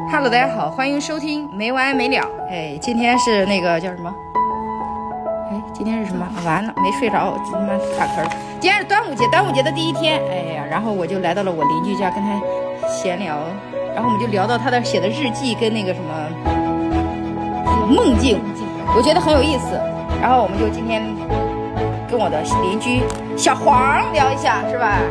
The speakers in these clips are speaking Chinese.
Hello， 大家好，欢迎收听没完没了。哎，今天是那个叫什么？哎，今天是什么？完了，没睡着，他妈卡壳了。今天是端午节，端午节的第一天。哎呀，然后我就来到了我邻居家，跟他闲聊，然后我们就聊到他的写的日记跟那个什么梦境，我觉得很有意思。然后我们就今天跟我的邻居小黄聊一下，是吧？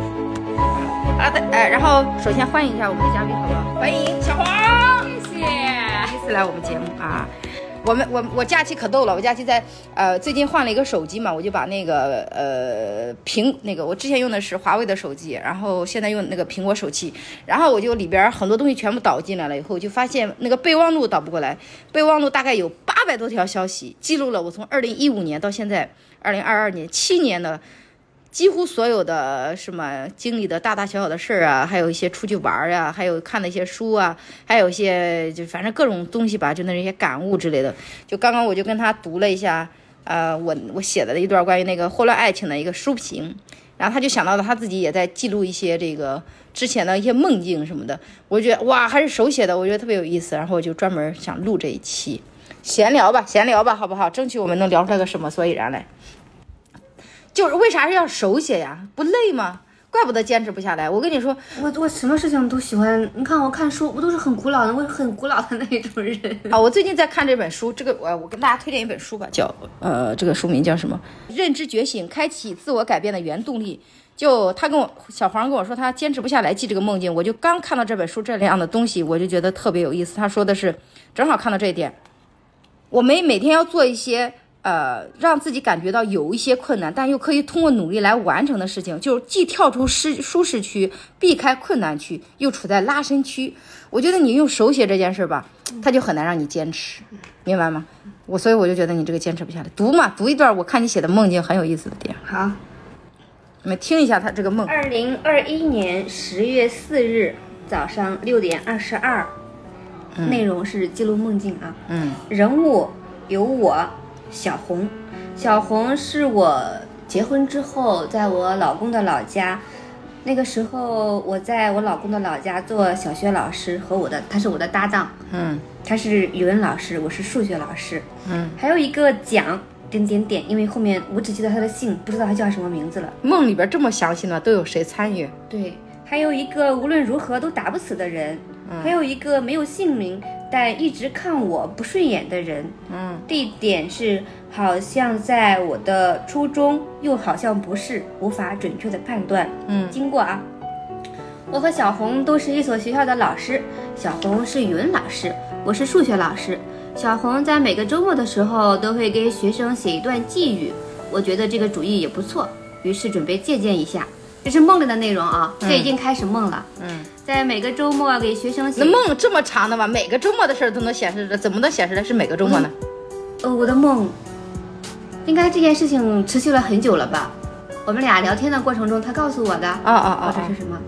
然后首先欢迎一下我们的嘉宾，好不好？欢迎小黄， 谢谢。 第一次来我们节目啊。我假期可逗了，我假期在最近换了一个手机嘛，我就把那个我之前用的是华为的手机，然后现在用那个苹果手机，然后我就里边很多东西全部导进来了以后，就发现那个备忘录导不过来，备忘录大概有800多条消息，记录了我从2015年到现在2022年7年的。几乎所有的什么经历的大大小小的事儿啊，还有一些出去玩啊，还有看的一些书啊，还有一些就反正各种东西吧，就那些感悟之类的。就刚刚我就跟他读了一下，我写的一段关于那个霍乱爱情的一个书评，然后他就想到了他自己也在记录一些这个之前的一些梦境什么的，我觉得哇，还是手写的，我觉得特别有意思，然后我就专门想录这一期，闲聊吧，好不好？争取我们能聊出来个什么所以然来。就是为啥是要手写呀？不累吗？怪不得坚持不下来。我跟你说， 我什么事情都喜欢。你看我看书，我都是很古老的，我是很古老的那种人啊。我最近在看这本书，这个我跟大家推荐一本书吧，叫这个书名叫什么？认知觉醒，开启自我改变的原动力。就小黄跟我说他坚持不下来记这个梦境，我就刚看到这本书这样的东西，我就觉得特别有意思。他说的是正好看到这一点，我们每天要做一些。让自己感觉到有一些困难，但又可以通过努力来完成的事情，就是既跳出舒适区，避开困难区，又处在拉伸区。我觉得你用手写这件事吧，它就很难让你坚持，明白吗？所以我就觉得你这个坚持不下来。读一段，我看你写的梦境很有意思的点。 好， 我们听一下他这个梦。 2021年10月4日早上6点22，内容是记录梦境啊。人物有我。小红是我结婚之后在我老公的老家，那个时候我在我老公的老家做小学老师，他是我的搭档，他是语文老师，我是数学老师，还有一个蒋点点点，因为后面我只记得他的姓，不知道他叫什么名字了。 梦里边这么详细呢，都有谁参与？ 对，还有一个无论如何都打不死的人，还有一个没有姓名但一直看我不顺眼的人，地点是好像在我的初中，又好像不是，无法准确的判断。经过啊，我和小红都是一所学校的老师，小红是语文老师，我是数学老师。小红在每个周末的时候都会给学生写一段寄语，我觉得这个主意也不错，于是准备借鉴一下。这是梦里的内容啊，这已经开始梦了。在每个周末给学生写。 那梦这么长的吗？每个周末的事都能显示着，怎么能显示的是每个周末呢？ 我的梦，应该这件事情持续了很久了吧？我们俩聊天的过程中，他告诉我的。这是什么？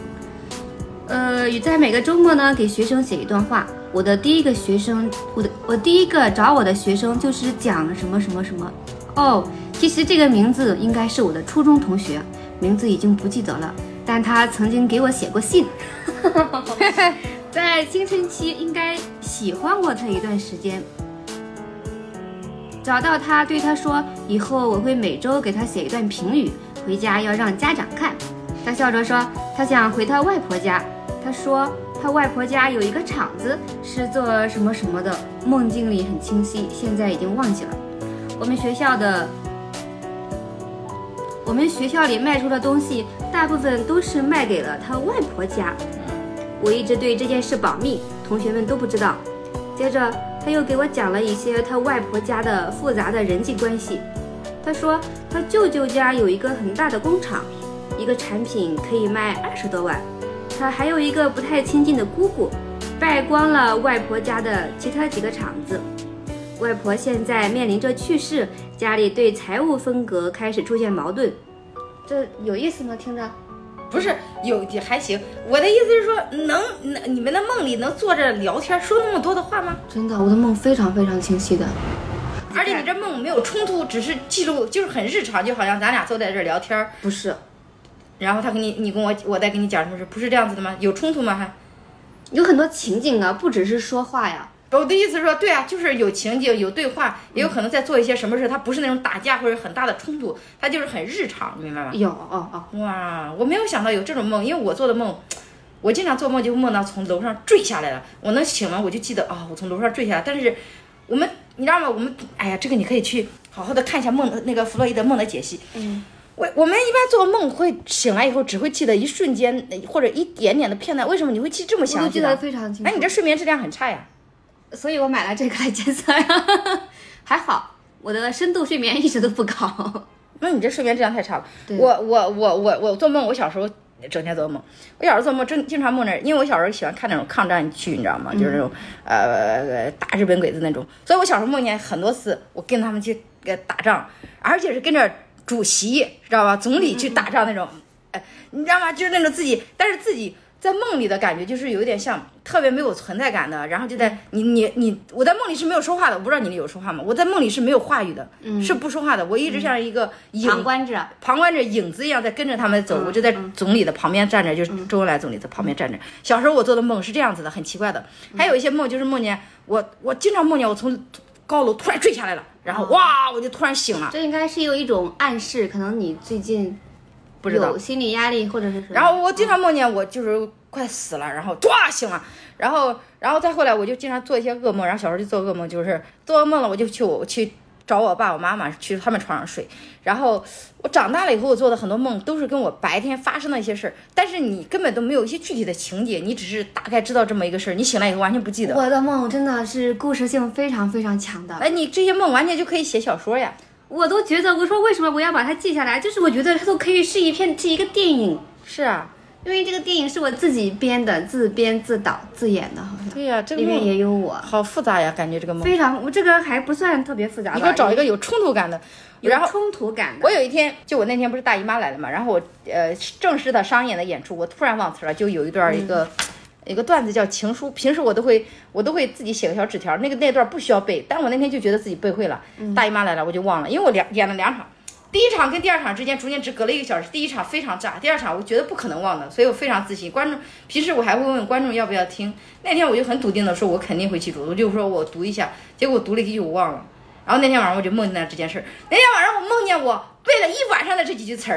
在每个周末呢，给学生写一段话。我第一个找我的学生就是讲什么什么什么。其实这个名字应该是我的初中同学。名字已经不记得了，但他曾经给我写过信在青春期应该喜欢过他一段时间。找到他，对他说以后我会每周给他写一段评语，回家要让家长看。他笑着说他想回他外婆家，他说他外婆家有一个厂子是做什么什么的，梦境里很清晰，现在已经忘记了。我们学校里卖出的东西大部分都是卖给了他外婆家，我一直对这件事保密，同学们都不知道。接着他又给我讲了一些他外婆家的复杂的人际关系。他说他舅舅家有一个很大的工厂，一个产品可以卖20多万。他还有一个不太亲近的姑姑，败光了外婆家的其他几个厂子。外婆现在面临着去世，家里对财务分割开始出现矛盾。这有意思吗？听着不是有还行，我的意思是说你们的梦里能坐着聊天说那么多的话吗？ 真的，我的梦非常非常清晰的， 而且你这梦没有冲突，只是记录，就是很日常，就好像咱俩坐在这儿聊天。 不是， 然后他跟你跟我再跟你讲什么事，不是这样子的吗？有冲突吗？还有很多情景啊，不只是说话呀。 我的意思是说，对啊，就是有情景有对话，也有可能在做一些什么事，它不是那种打架或者很大的冲突，它就是很日常，你明白吗？ 有哇，我没有想到有这种梦，因为我做的梦，我经常做梦就梦到从楼上坠下来了，我能醒了我就记得我从楼上坠下来，但是你知道吗？哎呀，这个你可以去好好的看一下梦那个弗洛伊德梦的解析。我们一般做梦会醒来以后只会记得一瞬间或者一点点的片段，为什么你会记这么详细？ 我记得非常清楚。 哎，你这睡眠质量很差呀。 所以我买了这个来检测呀，还好我的深度睡眠一直都不高。 那你这睡眠质量太差了。我做梦，我小时候整天做梦，我小时候做梦经常梦着，因为我小时候喜欢看那种抗战剧，你知道吗？就是那种打日本鬼子那种，所以我小时候梦见很多次我跟他们去打仗，而且是跟着主席知道吧，总理去打仗那种，你知道吗？就是那种但是自己在梦里的感觉就是有点像特别没有存在感的，然后就在我在梦里是没有说话的，我不知道你有说话吗？我在梦里是没有话语的，是不说话的，我一直像一个旁观着影子一样在跟着他们走，我就在总理的旁边站着，就是周恩来总理的旁边站着。小时候我做的梦是这样子的，很奇怪的。还有一些梦就是梦见我经常梦见我从高楼突然坠下来了，然后哇我就突然醒了。 这应该是有一种暗示，可能你最近不知道有心理压力或者是什么。 然后我经常梦见我就是快死了，然后唰醒了，然后再后来我就经常做一些噩梦，然后小时候就做噩梦，就是做噩梦了我就去找我爸我妈妈去他们床上睡。然后我长大了以后我做的很多梦都是跟我白天发生的一些事儿，但是你根本都没有一些具体的情节，你只是大概知道这么一个事儿，你醒来以后完全不记得。 我的梦真的是故事性非常非常强的。 哎，你这些梦完全就可以写小说呀。 我都觉得，我说为什么我要把它记下来？就是我觉得它都可以是一个电影。 是啊， 因为这个电影是我自己编的，自编自导自演的，好像。 对呀，这个里面也有我。 好复杂呀，感觉这个梦。 非常，我这个还不算特别复杂吧。 你给我找一个有冲突感的。 然后冲突感的。 我有一天，就我那天不是大姨妈来了嘛，然后我正式的商演的演出，我突然忘词了，就有一段一个段子叫情书，平时我都会自己写个小纸条，那段不需要背，但我那天就觉得自己背会了。大姨妈来了我就忘了，因为我演了2场，第一场跟第二场之间中间只隔了1个小时，第一场非常炸，第二场我觉得不可能忘的，所以我非常自信。观众平时我还会问观众要不要听，那天我就很笃定的说我肯定会记住，我就说我读一下，结果我读了几句我忘了，然后那天晚上我就梦见了这件事。那天晚上我梦见我背了1晚上的这几句词儿。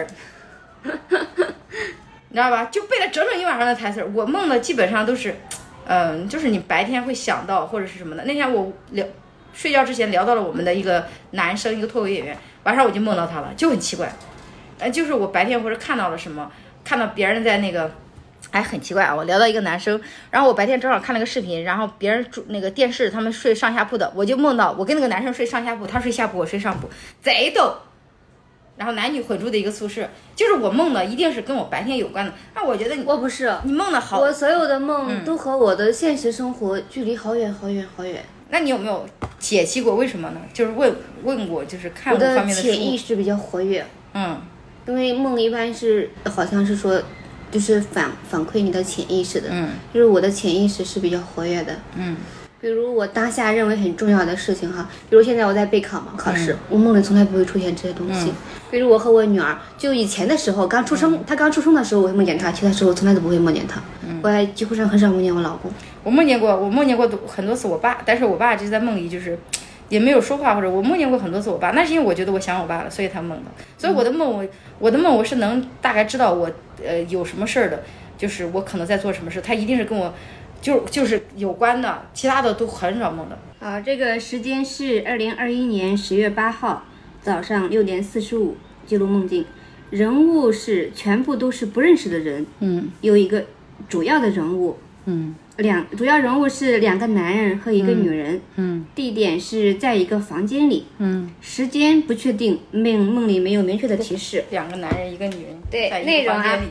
你知道吧？就背了整1晚上的台词。我梦的基本上都是，就是你白天会想到或者是什么的。那天我睡觉之前聊到了我们的一个男生，一个脱口演员，晚上我就梦到他了，就很奇怪。就是我白天或者看到了什么，看到别人在那个，很奇怪啊。我聊到一个男生，然后我白天正好看了个视频，然后别人那个电视他们睡上下铺的，我就梦到我跟那个男生睡上下铺，他睡下铺，我睡上铺，贼逗。然后男女混住的一个宿舍，就是我梦的一定是跟我白天有关的。那我觉得我不是， 你梦的好， 我所有的梦都和我的现实生活距离好远好远好远。 那你有没有解析过为什么呢？就是问过，就是看我方面的书。 潜意识比较活跃，因为梦一般是好像是说，就是反馈你的潜意识的，就是我的潜意识是比较活跃的，比如我当下认为很重要的事情哈，比如现在我在备考嘛，考试，我梦里从来不会出现这些东西。比如我和我女儿，就以前的时候，她刚出生的时候我会梦见她，其他时候从来都不会梦见她。我还几乎上很少梦见我老公。 我梦见过很多次我爸，但是我爸就在梦里就是也没有说话，或者我梦见过很多次我爸，那是因为我觉得我想我爸了，所以他梦的。所以我的梦我是能大概知道我有什么事儿的，就是我可能在做什么事，他一定是跟我。就是有关的，其他的都很少梦的。 好，这个时间是2021年10月8号早上6点45，记录梦境。人物是全部都是不认识的人，有一个主要的人物，主要人物是2个男人和1个女人，地点是在一个房间里，时间不确定，梦里没有明确的提示。 2个男人1个女人， 对， 在一个房间里，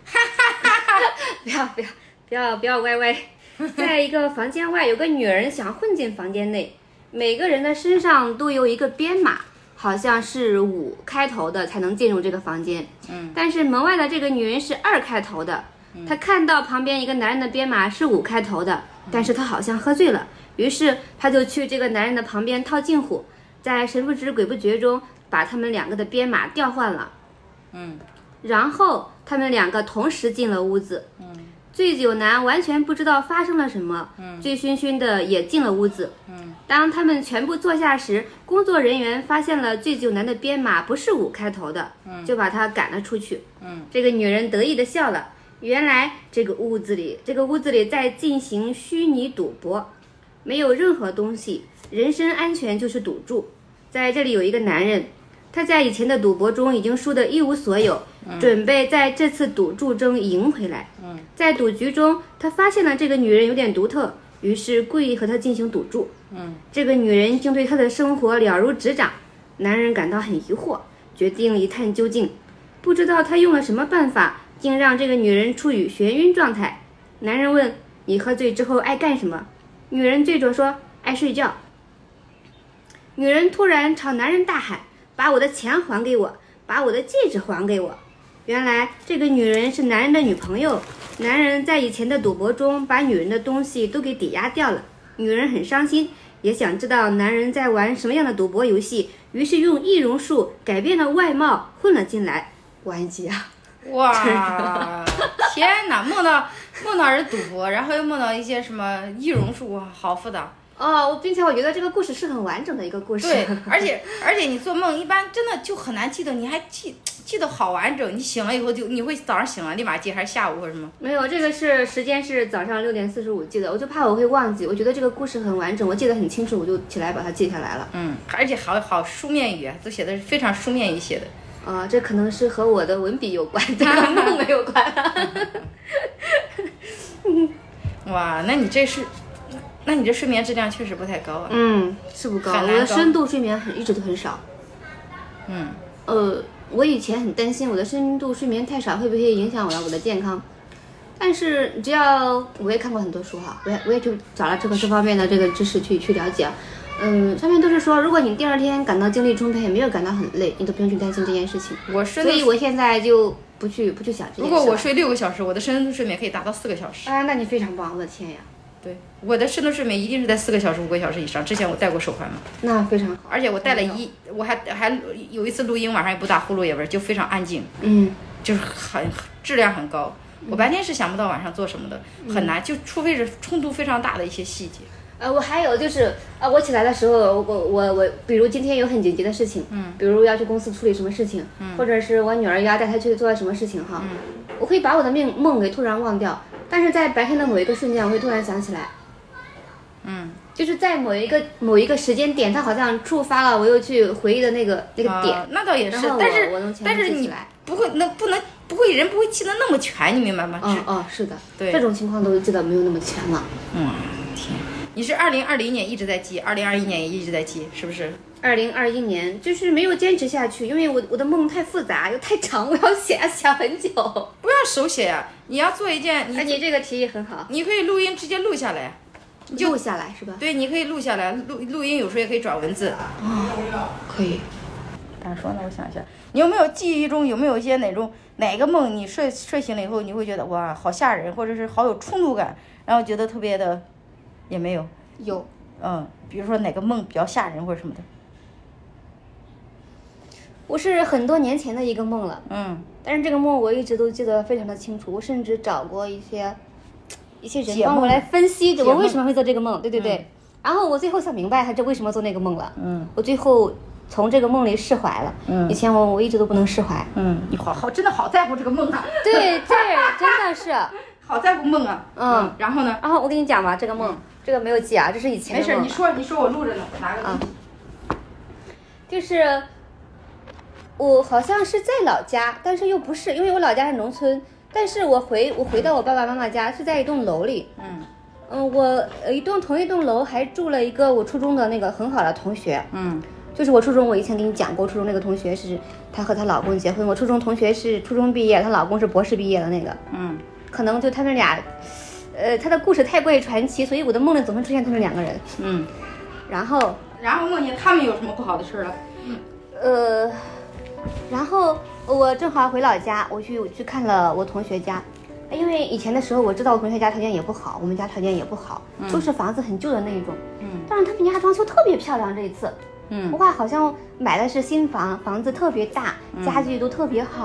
不要歪歪。在一个房间外，有个女人想混进房间内，每个人的身上都有一个编码，好像是5开头的才能进入这个房间。但是门外的这个女人是2开头的，她看到旁边一个男人的编码是5开头的，但是她好像喝醉了，于是她就去这个男人的旁边套近乎，在神不知鬼不觉中把他们2个的编码调换了。然后他们2个同时进了屋子。醉酒男完全不知道发生了什么，醉醺醺的也进了屋子。当他们全部坐下时，工作人员发现了醉酒男的编码不是5开头的，就把他赶了出去。这个女人得意的笑了，原来这个屋子里在进行虚拟赌博，没有任何东西，人身安全就是赌注。在这里有一个男人，他在以前的赌博中已经输得一无所有，准备在这次赌注中赢回来。在赌局中，他发现了这个女人有点独特，于是故意和她进行赌注。这个女人竟对他的生活了如指掌，男人感到很疑惑，决定一探究竟。不知道他用了什么办法，竟让这个女人处于眩晕状态。男人问：你喝醉之后爱干什么？女人醉着说：爱睡觉。女人突然朝男人大喊：把我的钱还给我，把我的戒指还给我。原来这个女人是男人的女朋友，男人在以前的赌博中把女人的东西都给抵押掉了，女人很伤心，也想知道男人在玩什么样的赌博游戏，于是用易容术改变了外貌混了进来。完结啊！ 哇，天哪，梦到人赌博，然后又梦到一些什么易容术，哇，好复杂。 并且我觉得这个故事是很完整的一个故事。 对，而且你做梦一般真的就很难记得，你还记得好完整。你醒了以后你会早上醒了立马记，还是下午或者什么？ 没有，这个时间是早上6点45记的，我就怕我会忘记。我觉得这个故事很完整，我记得很清楚，我就起来把它记下来了。 而且好书面语，都写的是非常书面语写的。 这可能是和我的文笔有关，这个梦没有关。 哇，那你这睡眠质量确实不太高啊。 是不高，我的深度睡眠一直都很少。我以前很担心我的深度睡眠太少会不会影响我的健康，但是只要我也看过很多书哈，我也去找了这方面的这个知识去了解。上面都是说，如果你第2天感到精力充沛，没有感到很累，你都不用去担心这件事情。所以我现在就不去想这件事。 如果我睡6个小时，我的深度睡眠可以达到4个小时。 那你非常棒，我的天呀！ 对，我的深度睡眠一定是在4个小时、5个小时以上。之前我戴过手环嘛， 那非常好。 而且我戴了我还有一次录音，晚上也不打呼噜，也不是，就非常安静。就是质量很高。我白天是想不到晚上做什么的，很难，就除非是冲突非常大的一些细节。 我还有就是我起来的时候，我比如今天有很紧急的事情，比如要去公司处理什么事情，或者是我女儿要带她去做什么事情哈，我会把我的梦给突然忘掉，但是在白天的某一个瞬间，我会突然想起来，就是在某一个时间点，它好像触发了我又去回忆的那个点。 那倒也是，但是你不会人不会记得那么全，你明白吗？ 是的， 对， 这种情况都记得没有那么全了。 天。你是2020年一直在记，2021年也一直在记，是不是 ？2021年就是没有坚持下去，因为我的梦太复杂又太长，我要想很久。 不要手写呀，你要做一件。 你这个提议很好。 你可以录音直接录下来， 录下来是吧？ 对，你可以录下来，录音有时候也可以转文字。 可以。 咋说呢？我想一下，你有没有记忆中有没有一些哪个梦你睡醒了以后你会觉得哇好吓人，或者是好有冲突感，然后觉得特别的。也没有，比如说哪个梦比较吓人或者什么的。 我是很多年前的一个梦了，但是这个梦我一直都记得非常的清楚，我甚至找过一些人帮我来分析我为什么会做这个梦，对，然后我最后想明白他这为什么做那个梦了，我最后从这个梦里释怀了，以前我一直都不能释怀， 你真的好在乎这个梦啊， 对，这真的是。 好在乎梦啊，然后呢？ 然后我跟你讲吧，这个梦，这个没有记啊，这是以前的梦。 没事，你说我录着呢，拿个。 就是我好像是在老家，但是又不是，因为我老家是农村，但是我回到我爸爸妈妈家是在一栋楼里。我同一栋楼还住了一个我初中的那个很好的同学。就是我初中，我以前跟你讲过，初中那个同学是她和她老公结婚，我初中同学是初中毕业，她老公是博士毕业的那个。可能就他们俩，他的故事太过于传奇，所以我的梦里总会出现他们2个人。然后梦见他们有什么不好的事了？ 然后我正好回老家，我去看了我同学家，因为以前的时候我知道我同学家条件也不好，我们家条件也不好，都是房子很旧的那种。但是他们家装修特别漂亮，这一次。哇，好像买的是新房子特别大，家具都特别好。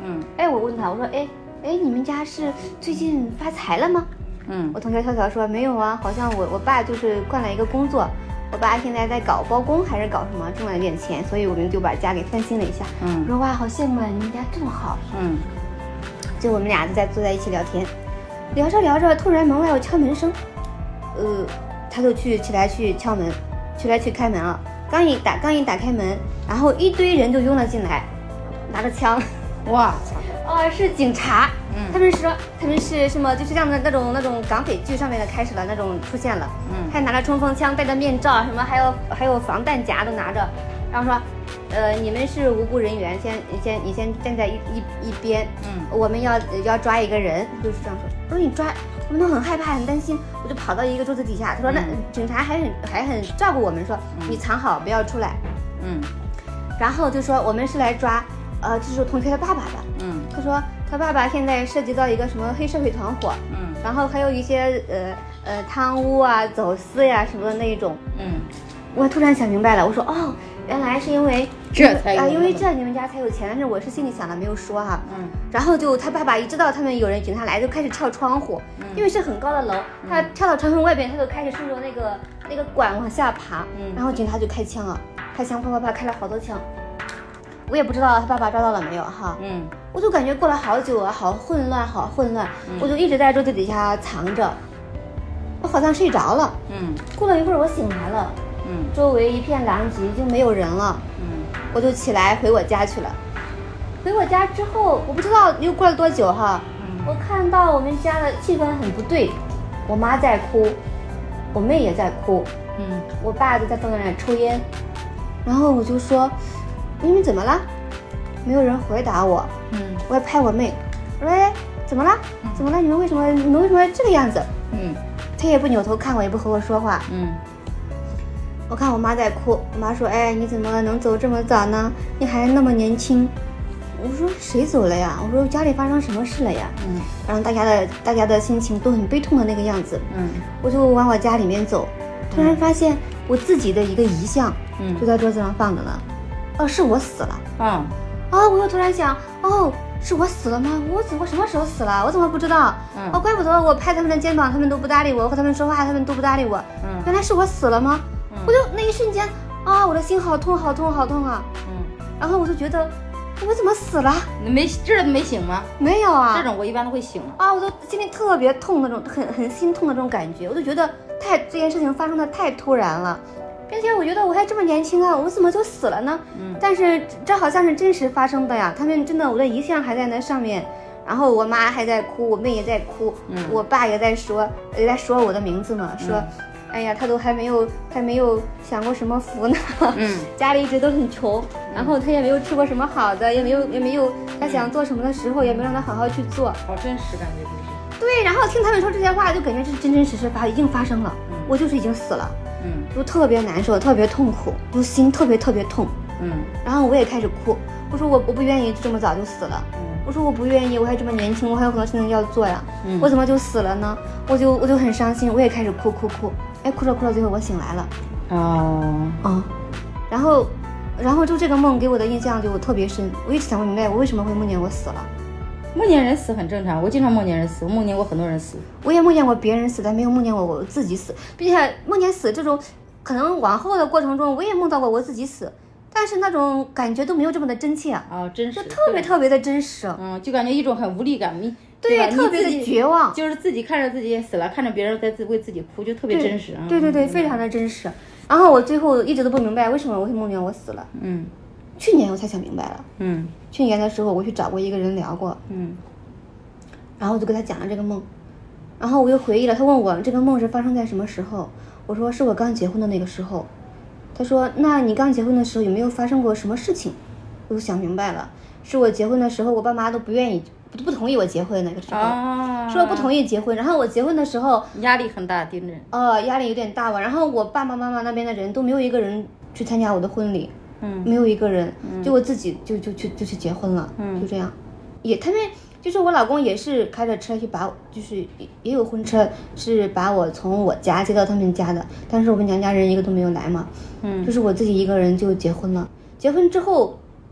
我问他，我说你们家是最近发财了吗？我同学跳跳说没有啊，好像我爸就是换了一个工作，我爸现在在搞包工还是搞什么，挣了点钱，所以我们就把家给翻新了一下。我说哇，好羡慕啊，你们家这么好。就我们俩就坐在一起聊天，聊着聊着，突然门外有敲门声，他就起来去敲门，去开门了。刚一打开门，然后一堆人就拥了进来，拿着枪。 哇， 是警察。他们说他们是什么，就是像那种港匪剧上面的开始了那种出现了。还拿着冲锋枪，戴着面罩，什么还有防弹夹都拿着，然后说你们是无辜人员，你先站在一边，我们要抓一个人，就是这样说。我说你抓，我们都很害怕很担心，我就跑到一个桌子底下。他说那警察还很照顾我们，说你藏好不要出来。然后就说我们是来抓这是我同学的爸爸的。他说他爸爸现在涉及到一个什么黑社会团伙，然后还有一些贪污啊走私呀什么的那一种。我突然想明白了，我说原来是因为因为这你们家才有钱，但是我是心里想了没有说哈。然后就他爸爸一知道他们有人警察来，就开始跳窗户，因为是很高的楼，他跳到窗户外边，他就开始顺着那个管往下爬，然后警察就开枪了，开枪啪啪啪开了好多枪，我也不知道他爸爸抓到了没有哈。我就感觉过了好久啊，好混乱，我就一直在桌子底下藏着，我好像睡着了。过了一会儿我醒来了。周围一片狼藉，就没有人了。我就起来回我家去了。回我家之后，我不知道又过了多久哈。我看到我们家的气氛很不对，我妈在哭，我妹也在哭。我爸就在房间里抽烟。然后我就说：“你们怎么了？”没有人回答我。我也拍我妹，我说：“怎么了？怎么了？你们为什么这个样子？”她也不扭头看我，也不和我说话。我看我妈在哭，我妈说：“你怎么能走这么早呢？你还那么年轻。”我说：“谁走了呀？”我说：“家里发生什么事了呀？”然后大家的心情都很悲痛的那个样子。我就往我家里面走，突然发现我自己的一个遗像，就在桌子上放着呢。是我死了。我又突然想，是我死了吗？我什么时候死了？我怎么不知道？怪不得我拍他们的肩膀，他们都不搭理我；和他们说话，他们都不搭理我。原来是我死了吗？我就那一瞬间我的心好痛啊。然后我就觉得我怎么死了？ 你这都没醒吗？ 没有啊， 这种我一般都会醒我都心里特别痛那种，很心痛的这种感觉。我就觉得这件事情发生的太突然了，并且我觉得我还这么年轻啊，我怎么就死了呢？但是这好像是真实发生的呀，他们真的，我的遗像还在那上面，然后我妈还在哭，我妹也在哭，我爸也在说我的名字嘛，说哎呀，他都还没有享过什么福呢。家里一直都很穷，然后他也没有吃过什么好的，也没有他想做什么的时候，也没有让他好好去做。 好真实感觉，是不是？ 对，然后听他们说这些话，就感觉这是真实已经发生了。我就是已经死了。就特别难受，特别痛苦，就心特别痛。然后我也开始哭，我说我不愿意这么早就死了。我说我不愿意，我还这么年轻，我还有很多事情要做呀。我怎么就死了呢？我就很伤心，我也开始哭。哭着最后我醒来了。然后就这个梦给我的印象就特别深，我一直想不明白我为什么会梦见我死了。 梦见人死很正常，我经常梦见人死，我梦见过很多人死。 我也梦见过别人死，但没有梦见过我自己死，并且梦见死这种可能往后的过程中我也梦到过我自己死，但是那种感觉都没有这么的真切真实， 就特别的真实。 就感觉一种很无力感， 对，特别的绝望， 就是自己看着自己死了，看着别人在为自己哭，就特别真实。 对，非常的真实。然后我最后一直都不明白为什么我会梦见我死了。去年我才想明白了。去年的时候我去找过一个人聊过。然后我就跟他讲了这个梦，然后我又回忆了，他问我这个梦是发生在什么时候，我说是我刚结婚的那个时候。他说那你刚结婚的时候有没有发生过什么事情？我就想明白了，是我结婚的时候我爸妈都不同意我结婚的那个时候。说不同意结婚，然后我结婚的时时候压力很大，盯着压力有点大吧，然后我爸爸妈妈那边的人都没有一个人去参加我的婚礼。没有一个人，就我自己就去结婚了。就这样。他们就是我老公也是开着车去就是也有婚车，是把我从我家接到他们家的，但是我们娘家人一个都没有来嘛。就是我自己一个人就结婚了。结婚之后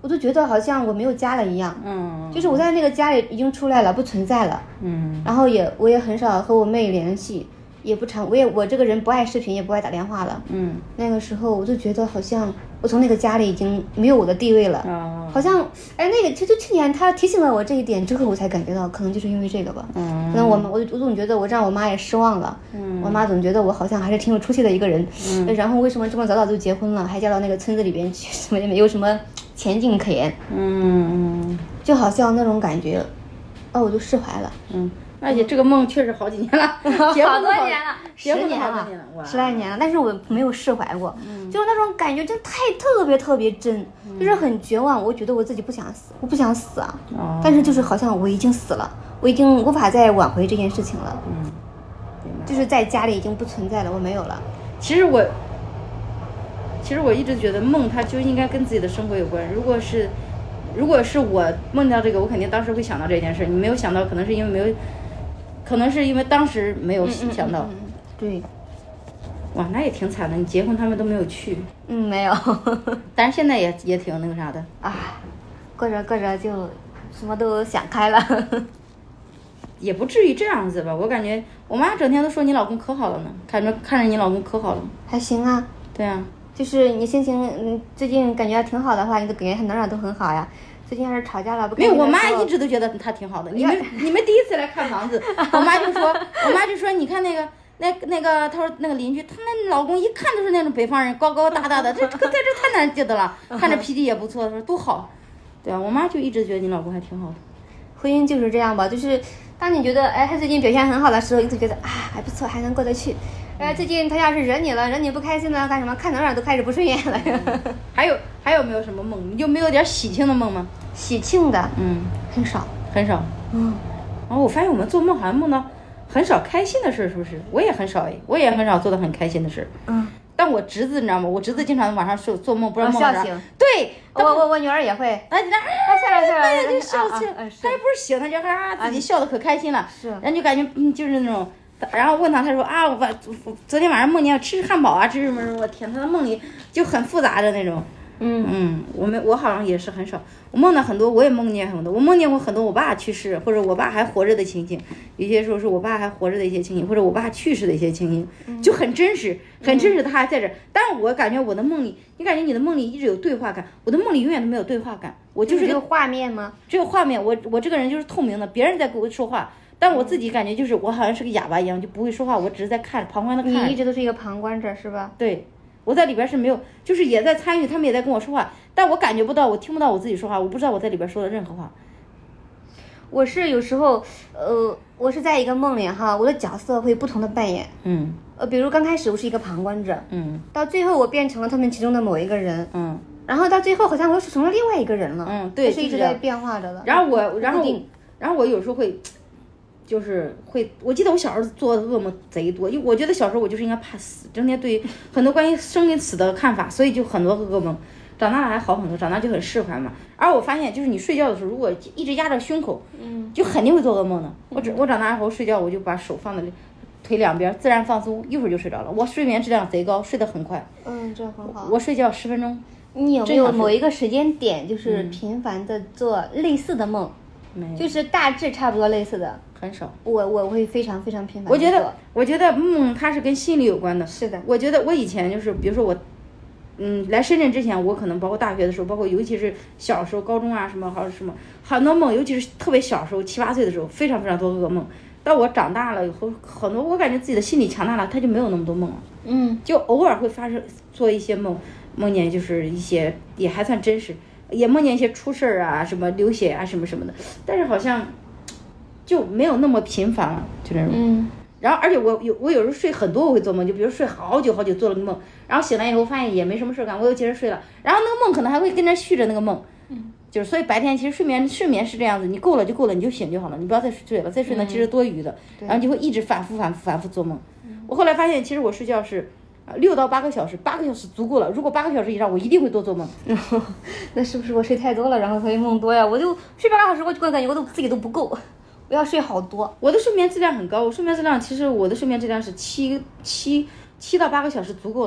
我就觉得好像我没有家了一样。就是我在那个家里已经出来了，不存在了。然后我也很少和我妹联系，也不常，我这个人不爱视频，也不爱打电话了。那个时候我就觉得好像我从那个家里已经没有我的地位了。好像那个就去年他提醒了我这一点之后，我才感觉到可能就是因为这个吧。可能我总觉得我让我妈也失望了。我妈总觉得我好像还是挺有出息的一个人。然后为什么这么早就结婚了，还嫁到那个村子里边去，什么也没有什么前景可言。就好像那种感觉，我就释怀了。 而且这个梦确实好几年了，结婚好多年了 10 年了，10来年了，但是我没有释怀过。就是那种感觉真特别真，就是很绝望。我觉得我自己不想死，我不想死啊。但是就是好像我已经死了，我已经无法再挽回这件事情了。就是在家里已经不存在了，我没有了。 其实我一直觉得梦它就应该跟自己的生活有关。如果是我梦到这个，我肯定当时会想到这件事。你没有想到，可能是因为当时没有想到。 对。 哇，那也挺惨的，你结婚他们都没有去。 没有。 但是现在也挺那个啥的。 过着就什么都想开了。 也不至于这样子吧，我感觉我妈整天都说你老公可好了呢，看着你老公可好了。还行啊。 对啊。 就是你心情最近感觉挺好的话，你都感觉他哪都很好呀。最近要是吵架了， 没有，我妈一直都觉得他挺好的。你们第一次来看房子，我妈就说你看那个，她说那个邻居，她那老公一看就是那种北方人，高高大大的，这在这太难记得了，看着脾气也不错，说都好。对啊，我妈就一直觉得你老公还挺好的。 婚姻就是这样吧，就是当你觉得他最近表现很好的时候，你就觉得还不错，还能过得去。最近他要是惹你不开心了，干什么？看哪都开始不顺眼了。 还有没有什么梦？你就没有点喜庆的梦吗？ 喜庆的，很少。 然后我发现我们做梦好像梦到很少开心的事，是不是？我也很少我也很少做的很开心的事。但我侄子你知道吗？我侄子经常晚上做梦，不知道梦到啥。对， 我女儿也会。笑了， 就笑起来。他也不是醒，他就自己笑得可开心了。是。然后就感觉就是那种。然后问他说我昨天晚上梦见吃汉堡啊，吃什么什么，我天，他的梦里就很复杂的那种。我好像也是很少，我梦到很多，我也梦见很多，我梦见过很多我爸去世或者我爸还活着的情景，有些时候是我爸还活着的一些情景，或者我爸去世的一些情景，就很真实，他还在这。但是我感觉我的梦里，你感觉你的梦里一直有对话感，我的梦里永远都没有对话感，我就是有画面吗？ 只有画面，我这个人就是透明的，别人在跟我说话。但我自己感觉就是我好像是个哑巴一样，就不会说话，我只是在看，旁观的看。 你一直都是一个旁观者是吧？ 对，我在里边是没有，就是也在参与，他们也在跟我说话，但我感觉不到，我听不到我自己说话，我不知道我在里边说的任何话。 我是有时候，我是在一个梦里哈，我的角色会不同的扮演。比如刚开始我是一个旁观者，到最后我变成了他们其中的某一个人，然后到最后好像我又成了另外一个人了， 对， 是一直在变化着的。 然后我有时候会。就是会，我记得我小时候做的噩梦贼多，因为我觉得小时候我就是应该怕死，整天对很多关于生跟死的看法，所以就很多噩梦。长大了还好很多，长大就很释怀嘛。而我发现，就是你睡觉的时候，如果一直压着胸口，就肯定会做噩梦的。我长大以后睡觉，我就把手放在腿两边，自然放松，一会儿就睡着了。我睡眠质量贼高，睡得很快。 这很好。 我睡觉10分钟。 你有没有某一个时间点，就是频繁的做类似的梦？就是大致差不多类似的。 很少， 我会非常非常频繁。 我觉得梦它是跟心理有关的。 是的， 我觉得我以前就是，比如说我，来深圳之前，我可能包括大学的时候，包括尤其是小时候、高中啊什么，还有什么很多梦，尤其是特别小时候7、8岁的时候，非常非常多噩梦。到我长大了以后，很多我感觉自己的心理强大了，他就没有那么多梦了。就偶尔会做一些梦，梦见就是一些也还算真实，也梦见一些出事儿啊，什么流血啊什么什么的，但是好像。就没有那么频繁了，就那种。然后而且我有时候睡很多，我会做梦，就比如睡好久好久做了个梦，然后醒来以后发现也没什么事干，我又接着睡了，然后那个梦可能还会跟着续着那个梦。就是所以白天其实睡眠是这样子，你够了就够了，你就醒就好了，你不要再睡了，再睡呢其实多余的，然后就会一直反复做梦。我后来发现其实我睡觉是6到8个小时，8个小时足够了，如果8个小时以上我一定会多做梦。 那是不是我睡太多了，然后所以梦多呀？我就睡8个小时，我就感觉我自己都不够。我要睡好多， 我的睡眠质量很高。我睡眠质量其实我的睡眠质量是7到8个小时足够了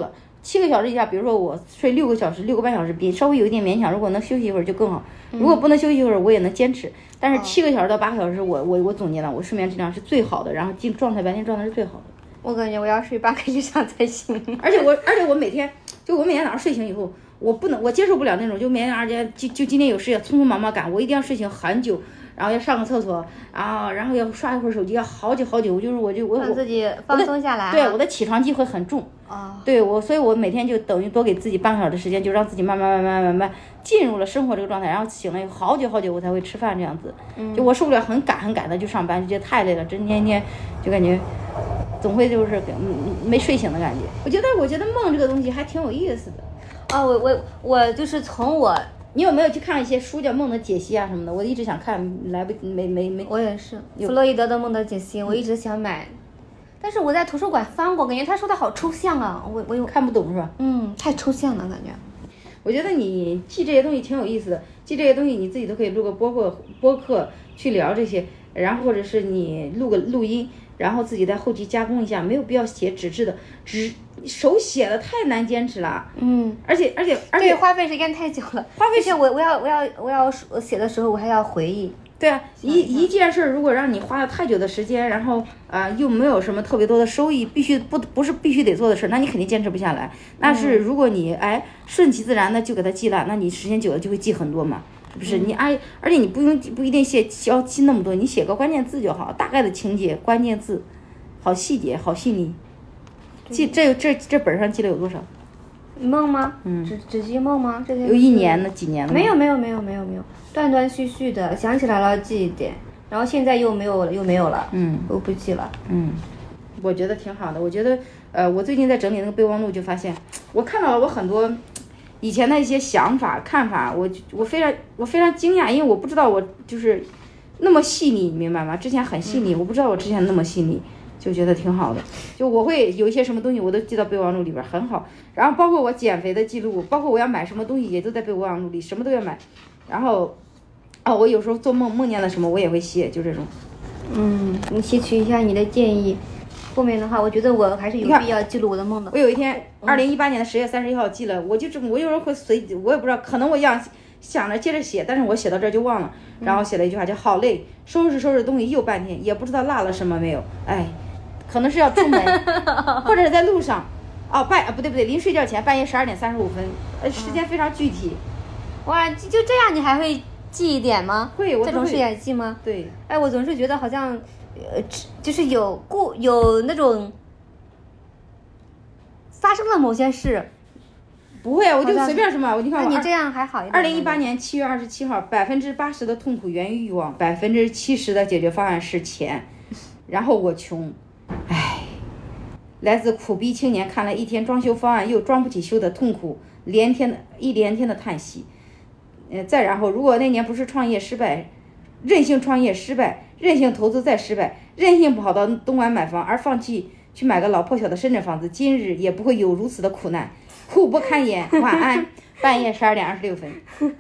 7个小时以下，比如说我睡6个小时、6个半小时，比稍微有一点勉强，如果能休息一会儿就更好。如果不能休息一会儿，我也能坚持。但是7个小时到8个小时，我总结了，我睡眠质量是最好的，然后白天状态是最好的。 我感觉我要睡8个以上才行。 而且我每天早上睡醒以后，我接受不了那种就每天而且就今天有事要匆匆忙忙赶，我一定要睡醒很久。然后要上个厕所，然后要刷一会儿手机，要好久，我让自己放松下来。 对，我的起床气会很重。对所以我每天就等于多给自己半个小时的时间，就让自己慢慢进入了生活这个状态，然后醒了以后好久我才会吃饭这样子。就我受不了很赶的就上班，就觉得太累了，天天就感觉总会就是没睡醒的感觉。我觉得梦这个东西还挺有意思的。 我就是从我。 你有没有去看一些书叫梦的解析啊什么的？我一直想看，没。 我也是，弗洛伊德的梦的解析，我一直想买，但是我在图书馆翻过，感觉他说的好抽象啊，我又看不懂是吧？ 太抽象了感觉。 我觉得你记这些东西挺有意思的，记这些东西你自己都可以录个播客去聊这些，然后或者是你录个录音，然后自己在后期加工一下，没有必要写纸质的，手写的太难坚持了。而且对，花费时间太久了，而且我要写的时候我还要回忆。 对啊，一件事如果让你花了太久的时间，然后又没有什么特别多的收益，不是必须得做的事，那你肯定坚持不下来。那是如果你顺其自然的就给它记了，那你时间久了就会记很多嘛，是不是？你而且你不一定要记那么多，你写个关键字就好，大概的情节、关键字，好细节、好细腻。记这本上记了有多少？ 梦吗？只记梦吗？这些有1年的几年了？ 没有，断断续续的，想起来了记一点，然后现在又没有了，我不记了。 我觉得挺好的。我觉得我最近在整理那个备忘录，就发现我看到了我很多以前的一些想法看法，我非常惊讶，因为我不知道我就是那么细腻，你明白吗？之前很细腻，我不知道我之前那么细腻。就觉得挺好的，就我会有一些什么东西我都记到备忘录里边，很好。然后包括我减肥的记录，包括我要买什么东西也都在备忘录里，什么都要买。然后我有时候做梦见了什么我也会写，就这种。 你吸取一下你的建议，后面的话我觉得我还是有必要记录我的梦的。 我有一天2018年的10月31号记了，我有时候会我也不知道，可能我想着接着写，但是我写到这儿就忘了，然后写了一句话叫好累，收拾东西又半天，也不知道落了什么没有，可能是要出门，或者是在路上，不对，临睡觉前半夜12点35分，时间非常具体。 哇，就这样你还会记一点吗？ 会， 这种事也记吗？ 对。 我总是觉得好像，就是有那种发生了某些事。 不会啊，我就随便什么，你看你这样还好一点。 2018年7月27号，80%的痛苦源于欲望，70%的解决方案是钱，然后我穷。来自苦逼青年看了一天装修方案又装不起修的痛苦，连天的叹息。再然后，如果那年不是创业失败，任性创业失败，任性投资再失败，任性跑到东莞买房而放弃去买个老破小的深圳房子，今日也不会有如此的苦难，苦不堪言。晚安，半夜12点26分。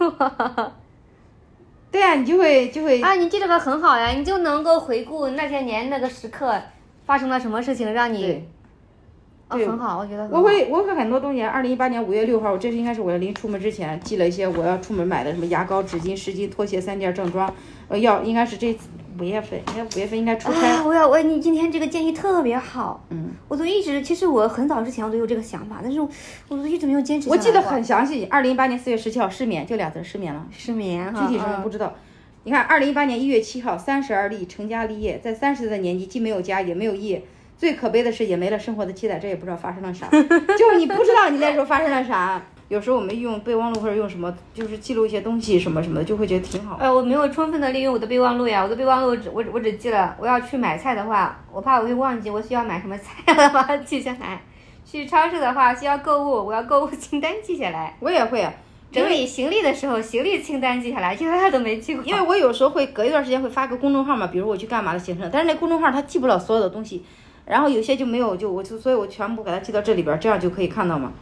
对啊，你就会你记这个很好呀，你就能够回顾那些年那个时刻发生了什么事情，让你很好，我觉得很好。 我会很多东西。2018年5月6号，这是应该是我临出门之前记了一些我要出门买的，什么牙膏、纸巾、湿巾、拖鞋3件正装。应该是这次5月份应该出差。 你今天这个建议特别好。我都一直，其实我很早之前我都有这个想法，但是我都一直没有坚持下来。 我记得很详细。2018年4月17号失眠，就2字失眠了。 失眠具体什么不知道。你看2018年1月7号30而立，成家立业，在30岁的年纪既没有家也没有业。最可悲的是也没了生活的期待，这也不知道发生了啥。就你不知道你那时候发生了啥。有时候我们用备忘录或者用什么，就是记录一些东西什么什么的，就会觉得挺好。 我没有充分的利用我的备忘录呀，我的备忘录我只记了，我要去买菜的话，我怕我会忘记我需要买什么菜，我把它记下来。去超市的话需要购物，我要购物清单记下来。 我也会啊。 整理行李的时候，行李清单记下来，其他都没记过。 因为我有时候会隔一段时间会发个公众号嘛，比如我去干嘛的行程，但是那公众号它记不了所有的东西，然后有些就没有，所以我全部给它记到这里边，这样就可以看到嘛。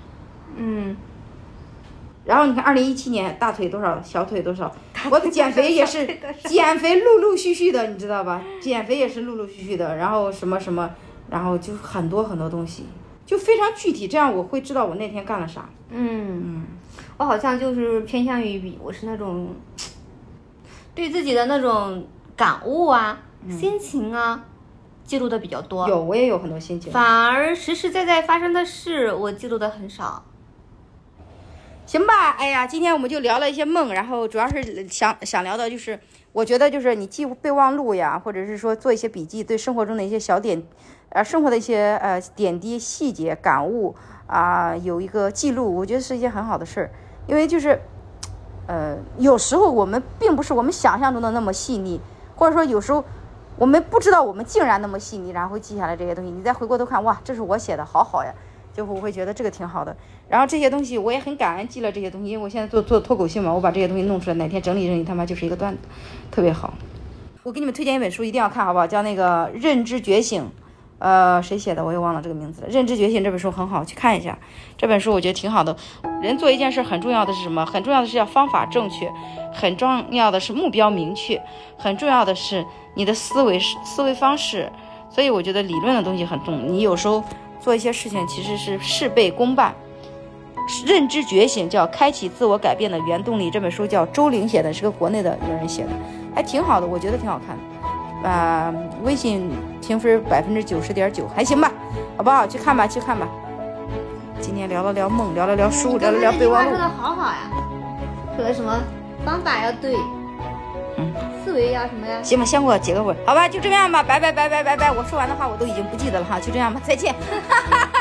然后你看2017年大腿多少，小腿多少，我的减肥也是减肥陆陆续续的，你知道吧？减肥也是陆陆续续的，然后什么什么，然后就很多很多东西。 就非常具体，这样我会知道我那天干了啥。 我好像就是偏向于我是那种对自己的那种感悟啊、心情啊记录的比较多。 我也有很多心情， 反而实实在在发生的事我记录的很少。 行吧，哎呀，今天我们就聊了一些梦，然后主要是想聊的就是，我觉得就是你记备忘录呀，或者是说做一些笔记，对生活中的一些小生活的一些点滴细节感悟啊，有一个记录，我觉得是一件很好的事儿。因为就是有时候我们并不是我们想象中的那么细腻，或者说有时候我们不知道我们竟然那么细腻，然后会记下来这些东西，你再回过头看，哇，这是我写的，好好呀，就我会觉得这个挺好的。然后这些东西我也很感恩记了这些东西，因为我现在做脱口秀嘛，我把这些东西弄出来，哪天整理整理，他妈就是一个段子，特别好。我给你们推荐一本书，一定要看，好不好？叫那个《认知觉醒》，谁写的我也忘了这个名字了。《认知觉醒》这本书很好，去看一下。这本书我觉得挺好的。人做一件事很重要的是什么？很重要的是要方法正确，很重要的是目标明确，很重要的是你的思维方式。所以我觉得理论的东西很重，你有时候做一些事情其实是事倍功半。认知觉醒叫开启自我改变的原动力，这本书叫周玲写的，是个国内的一个人写的，还挺好的，我觉得挺好看的。微信评分90.9%，还行吧，好不好？去看吧，去看吧。今天聊了聊梦，聊了聊书，聊了聊备忘录。 说的好好呀，说的什么方法要对，思维要什么呀？ 行吧，先给我结个尾，好吧，就这样吧，拜拜。我说完的话我都已经不记得了哈，就这样吧，再见。